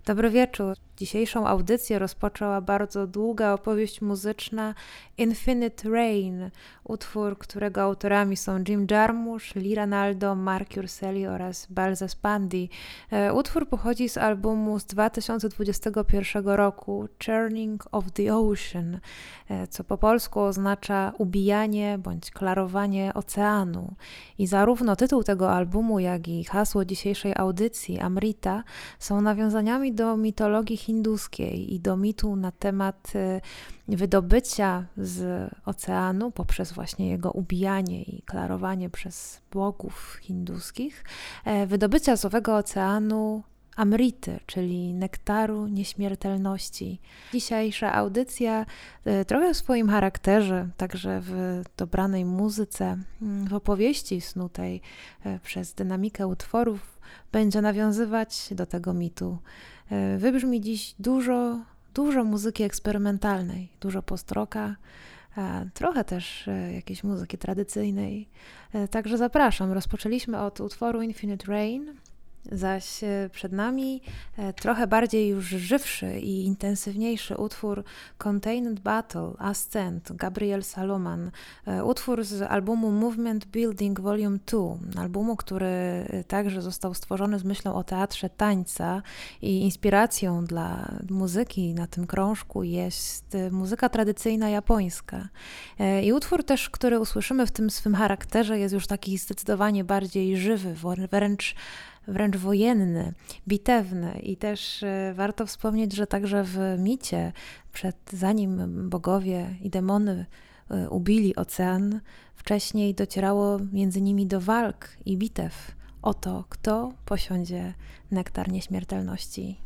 Dobry wieczór. Dzisiejszą audycję rozpoczęła bardzo długa opowieść muzyczna Infinite Rain, utwór, którego autorami są Jim Jarmusch, Lee Ranaldo, Mark Urselli oraz Balza Spandi. Utwór pochodzi z albumu z 2021 roku Churning of the Ocean, co po polsku oznacza ubijanie bądź klarowanie oceanu. I zarówno tytuł tego albumu, jak i hasło dzisiejszej audycji, Amrita, są nawiązaniami do mitologii hinduskiej i do mitu na temat wydobycia z oceanu poprzez właśnie jego ubijanie i klarowanie przez bogów hinduskich, wydobycia z owego oceanu Amrity, czyli nektaru nieśmiertelności. Dzisiejsza audycja trochę w swoim charakterze, także w dobranej muzyce, w opowieści snutej przez dynamikę utworów, będzie nawiązywać do tego mitu. Wybrzmi dziś dużo muzyki eksperymentalnej, dużo post-rocka, trochę też jakiejś muzyki tradycyjnej. Także zapraszam. Rozpoczęliśmy od utworu Infinite Rain, zaś przed nami trochę bardziej już żywszy i intensywniejszy utwór Contained Battle, Ascent, Gabriel Salomon. Utwór z albumu Movement Building Volume 2, albumu, który także został stworzony z myślą o teatrze tańca i inspiracją dla muzyki na tym krążku jest muzyka tradycyjna japońska. I utwór też, który usłyszymy w tym swym charakterze, jest już taki zdecydowanie bardziej żywy, wręcz wojenny, bitewny i też warto wspomnieć, że także w micie, zanim bogowie i demony ubili ocean, wcześniej docierało między nimi do walk i bitew o to, kto posiądzie nektar nieśmiertelności.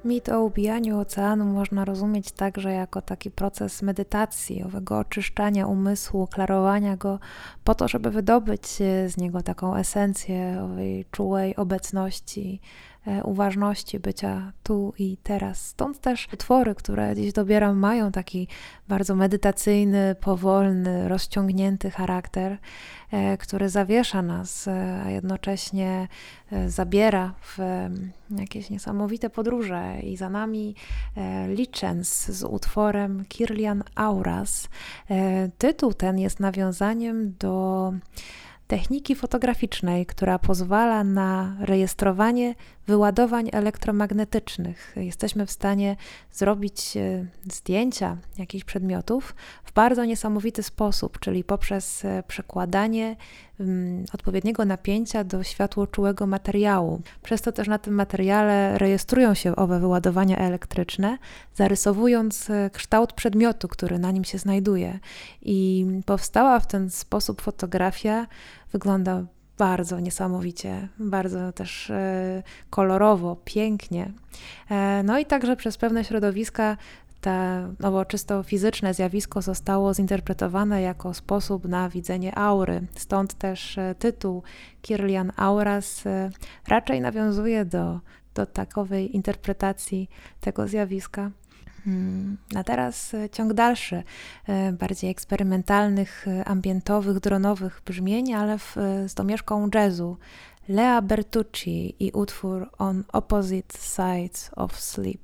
Mit o ubijaniu oceanu można rozumieć także jako taki proces medytacji, owego oczyszczania umysłu, klarowania go po to, żeby wydobyć z niego taką esencję owej czułej obecności, uważności bycia tu i teraz. Stąd też utwory, które dziś dobieram, mają taki bardzo medytacyjny, powolny, rozciągnięty charakter, który zawiesza nas, a jednocześnie zabiera w jakieś niesamowite podróże. I za nami Lichens z utworem Kirlian Auras. Tytuł ten jest nawiązaniem do techniki fotograficznej, która pozwala na rejestrowanie wyładowań elektromagnetycznych. Jesteśmy w stanie zrobić zdjęcia jakichś przedmiotów w bardzo niesamowity sposób, czyli poprzez przekładanie odpowiedniego napięcia do światłoczułego materiału. Przez to też na tym materiale rejestrują się owe wyładowania elektryczne, zarysowując kształt przedmiotu, który na nim się znajduje. I powstała w ten sposób fotografia wygląda bardzo niesamowicie, bardzo też kolorowo, pięknie. No i także przez pewne środowiska to czysto fizyczne zjawisko zostało zinterpretowane jako sposób na widzenie aury. Stąd też tytuł Kirlian Auras raczej nawiązuje do takowej interpretacji tego zjawiska. A teraz ciąg dalszy, bardziej eksperymentalnych, ambientowych, dronowych brzmień, ale z domieszką jazzu. Lea Bertucci i utwór On Opposite Sides of Sleep.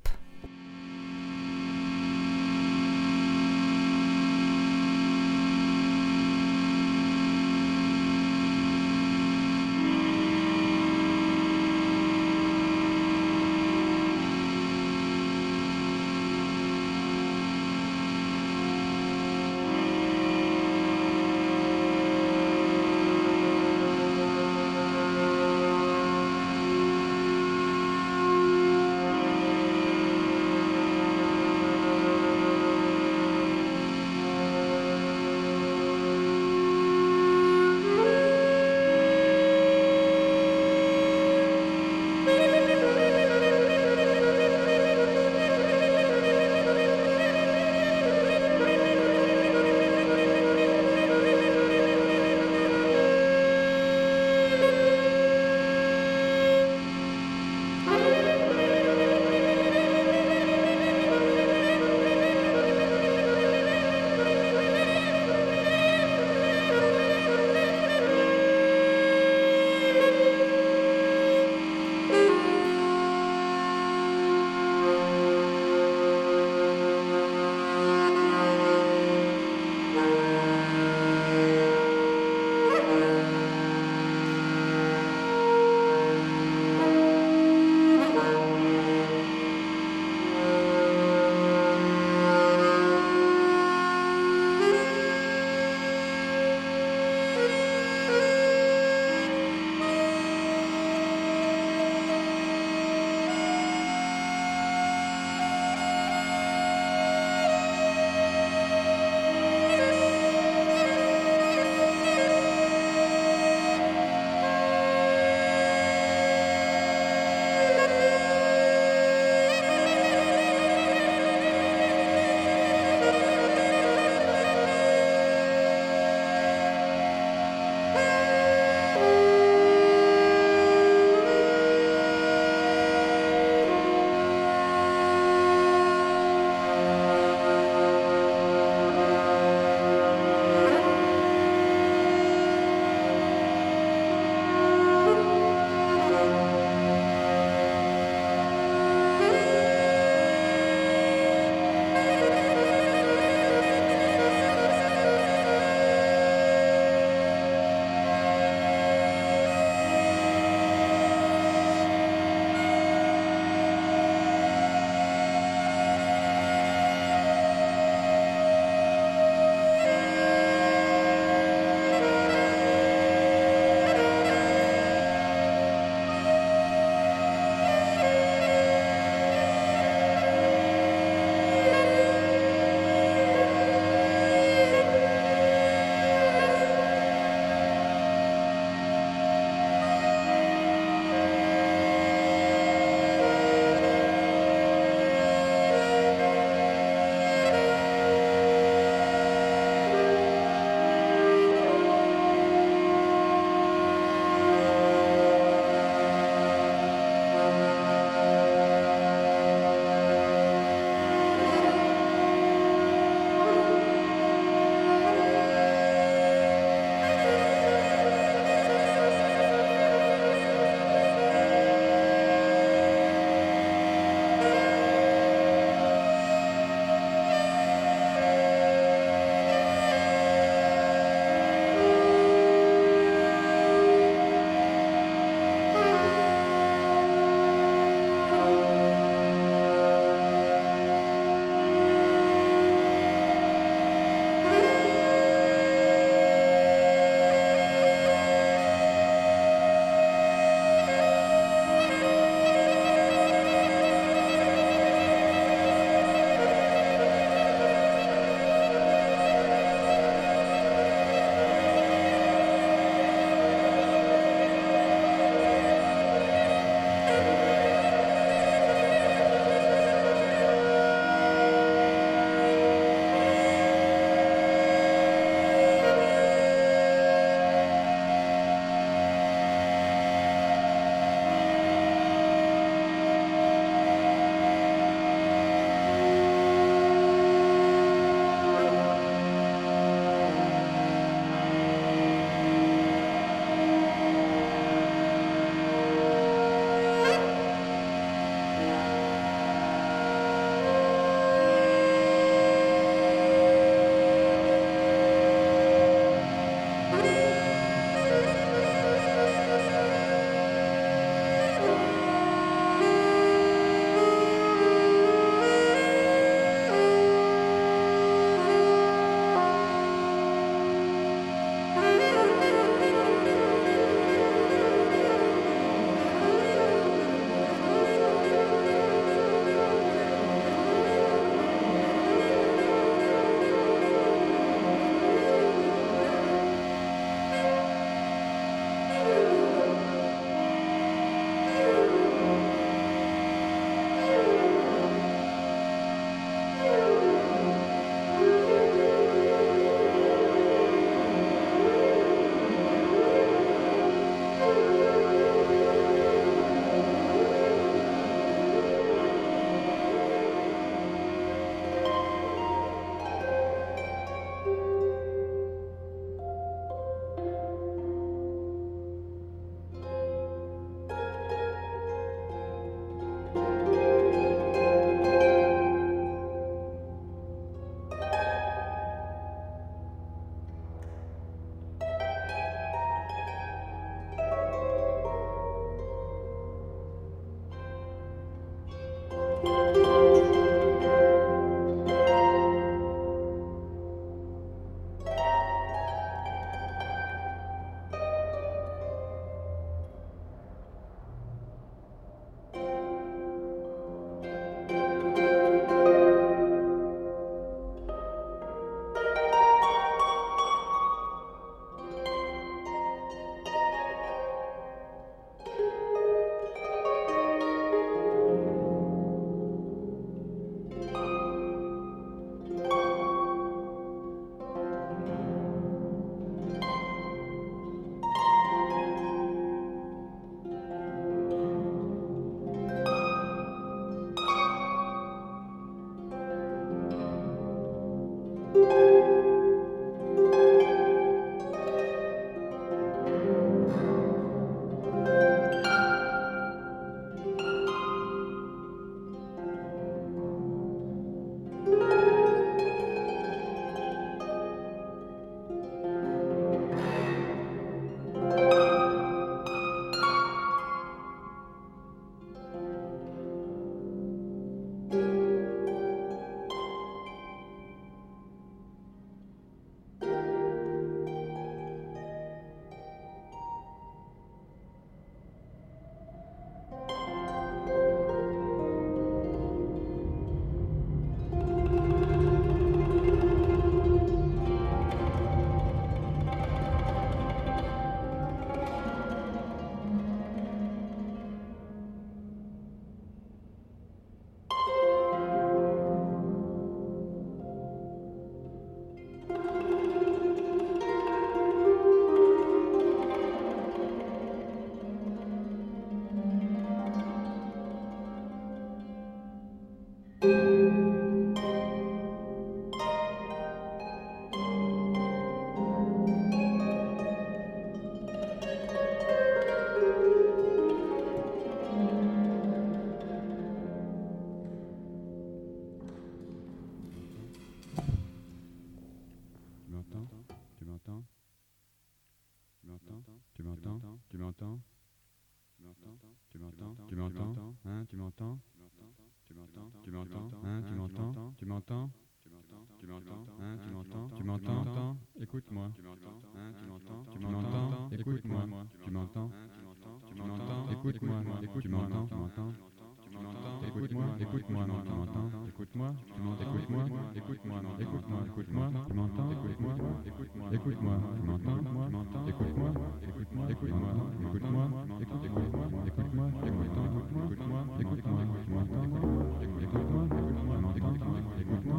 Écoute-moi. Tu m'entends? Écoute-moi. Tu m'entends? Écoute-moi. Tu m'entends? Écoute-moi. Écoute-moi. Tu m'entends? Écoute-moi. Écoute-moi. Écoute-moi. Écoute-moi. Tu m'entends? Écoute-moi. Écoute-moi. Tu m'entends? Écoute-moi. Écoute-moi. Écoute-moi. Écoute-moi. Écoute-moi. Écoute-moi. Écoute-moi. Écoute-moi. Tu m'entends? Écoute-moi. Écoute-moi.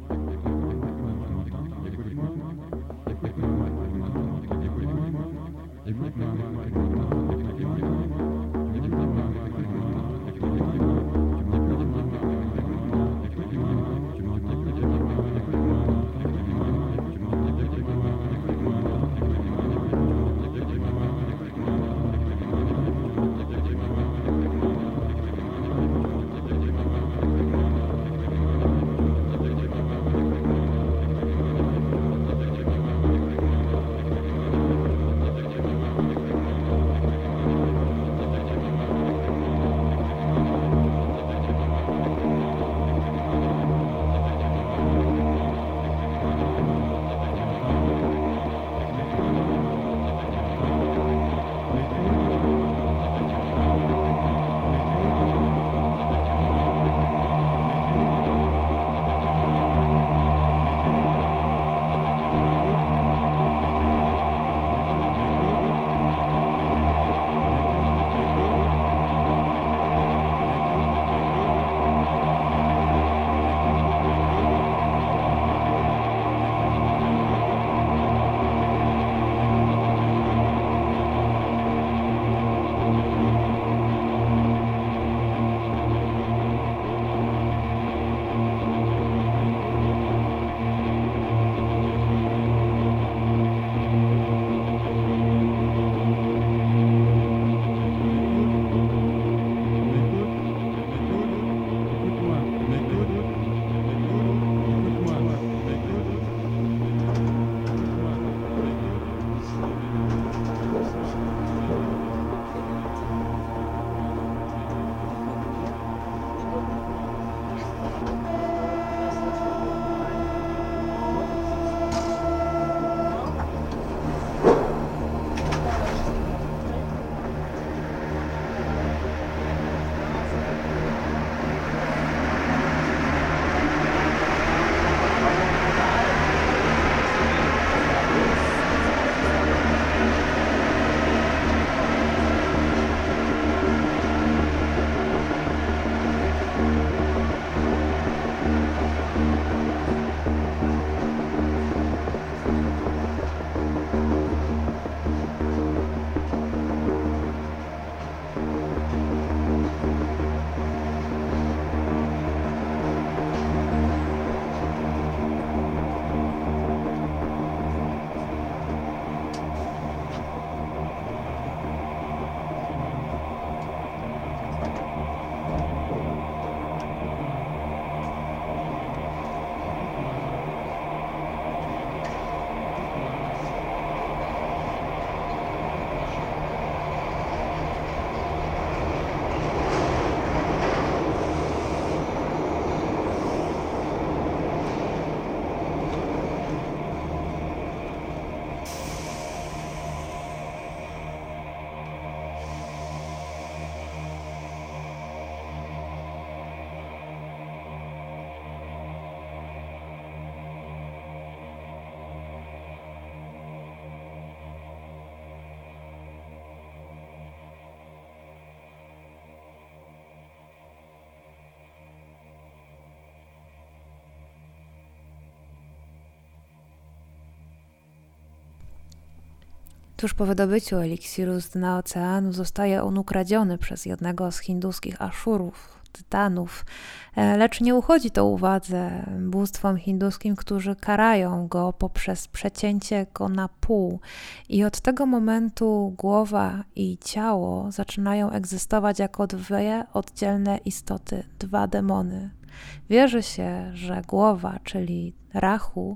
Tuż po wydobyciu eliksiru z dna oceanu zostaje on ukradziony przez jednego z hinduskich Aszurów, tytanów, lecz nie uchodzi to uwadze bóstwom hinduskim, którzy karają go poprzez przecięcie go na pół i od tego momentu głowa i ciało zaczynają egzystować jako dwie oddzielne istoty, dwa demony. Wierzy się, że głowa, czyli Rahu,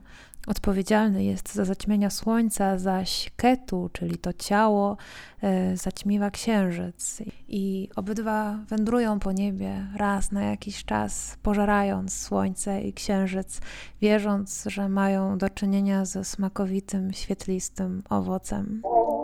Odpowiedzialny jest za zaćmienia słońca, zaś Ketu, czyli to ciało, zaćmiwa księżyc. I obydwa wędrują po niebie raz na jakiś czas, pożerając słońce i księżyc, wierząc, że mają do czynienia ze smakowitym, świetlistym owocem.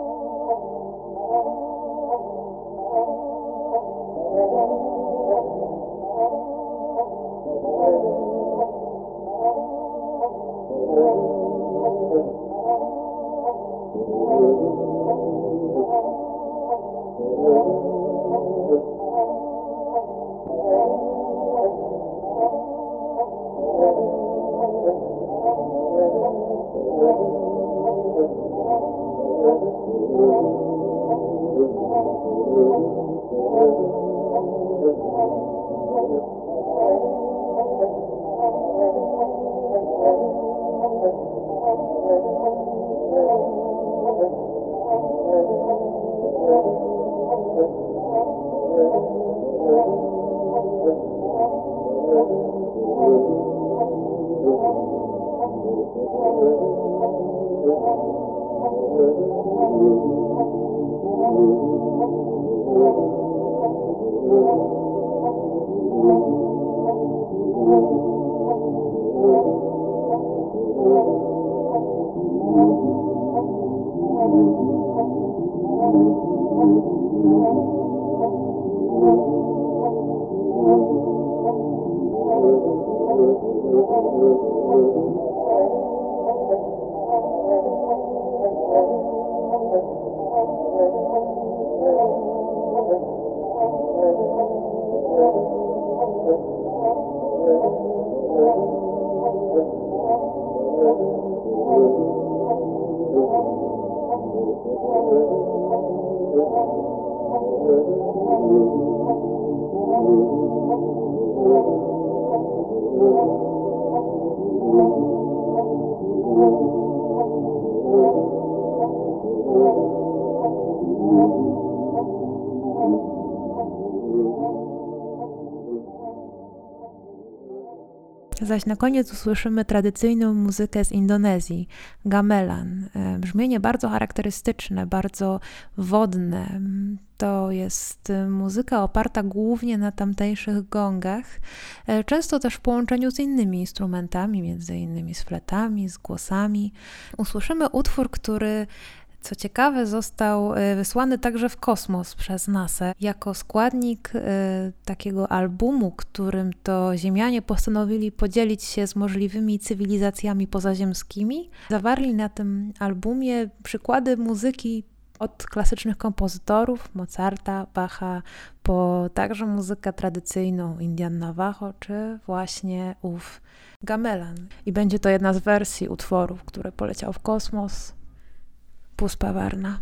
Zaś na koniec usłyszymy tradycyjną muzykę z Indonezji, gamelan. Brzmienie bardzo charakterystyczne, bardzo wodne. To jest muzyka oparta głównie na tamtejszych gongach, często też w połączeniu z innymi instrumentami, między innymi z fletami, z głosami. Usłyszymy utwór, który co ciekawe, został wysłany także w kosmos przez NASA jako składnik takiego albumu, którym to Ziemianie postanowili podzielić się z możliwymi cywilizacjami pozaziemskimi. Zawarli na tym albumie przykłady muzyki od klasycznych kompozytorów, Mozarta, Bacha, po także muzykę tradycyjną Indian Navajo, czy właśnie ów gamelan. I będzie to jedna z wersji utworów, który poleciał w kosmos, Puspa Varna.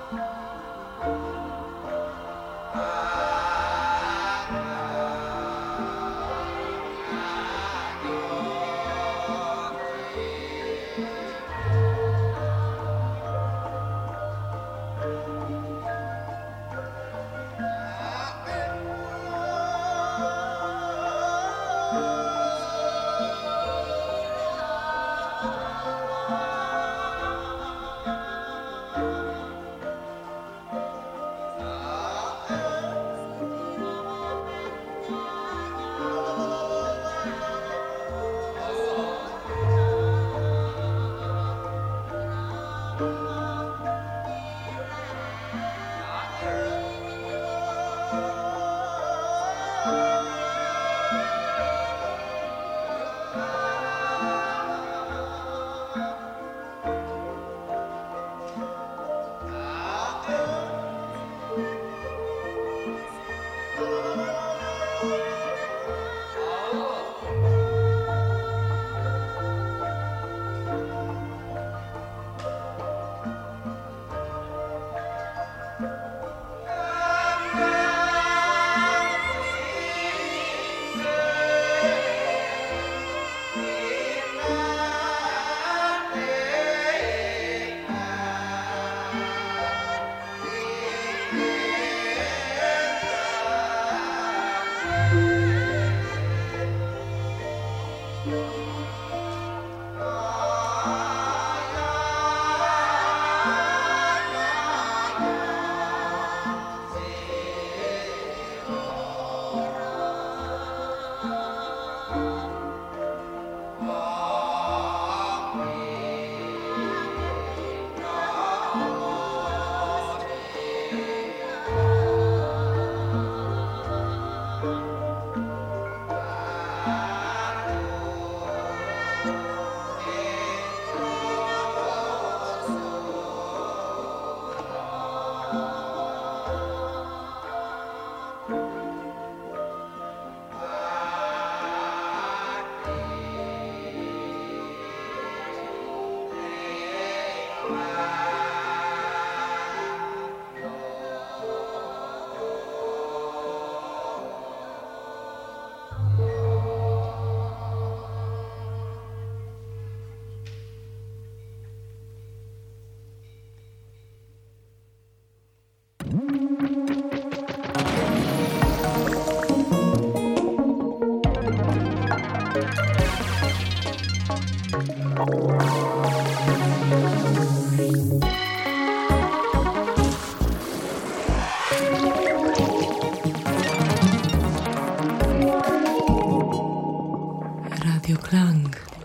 Radio Klang.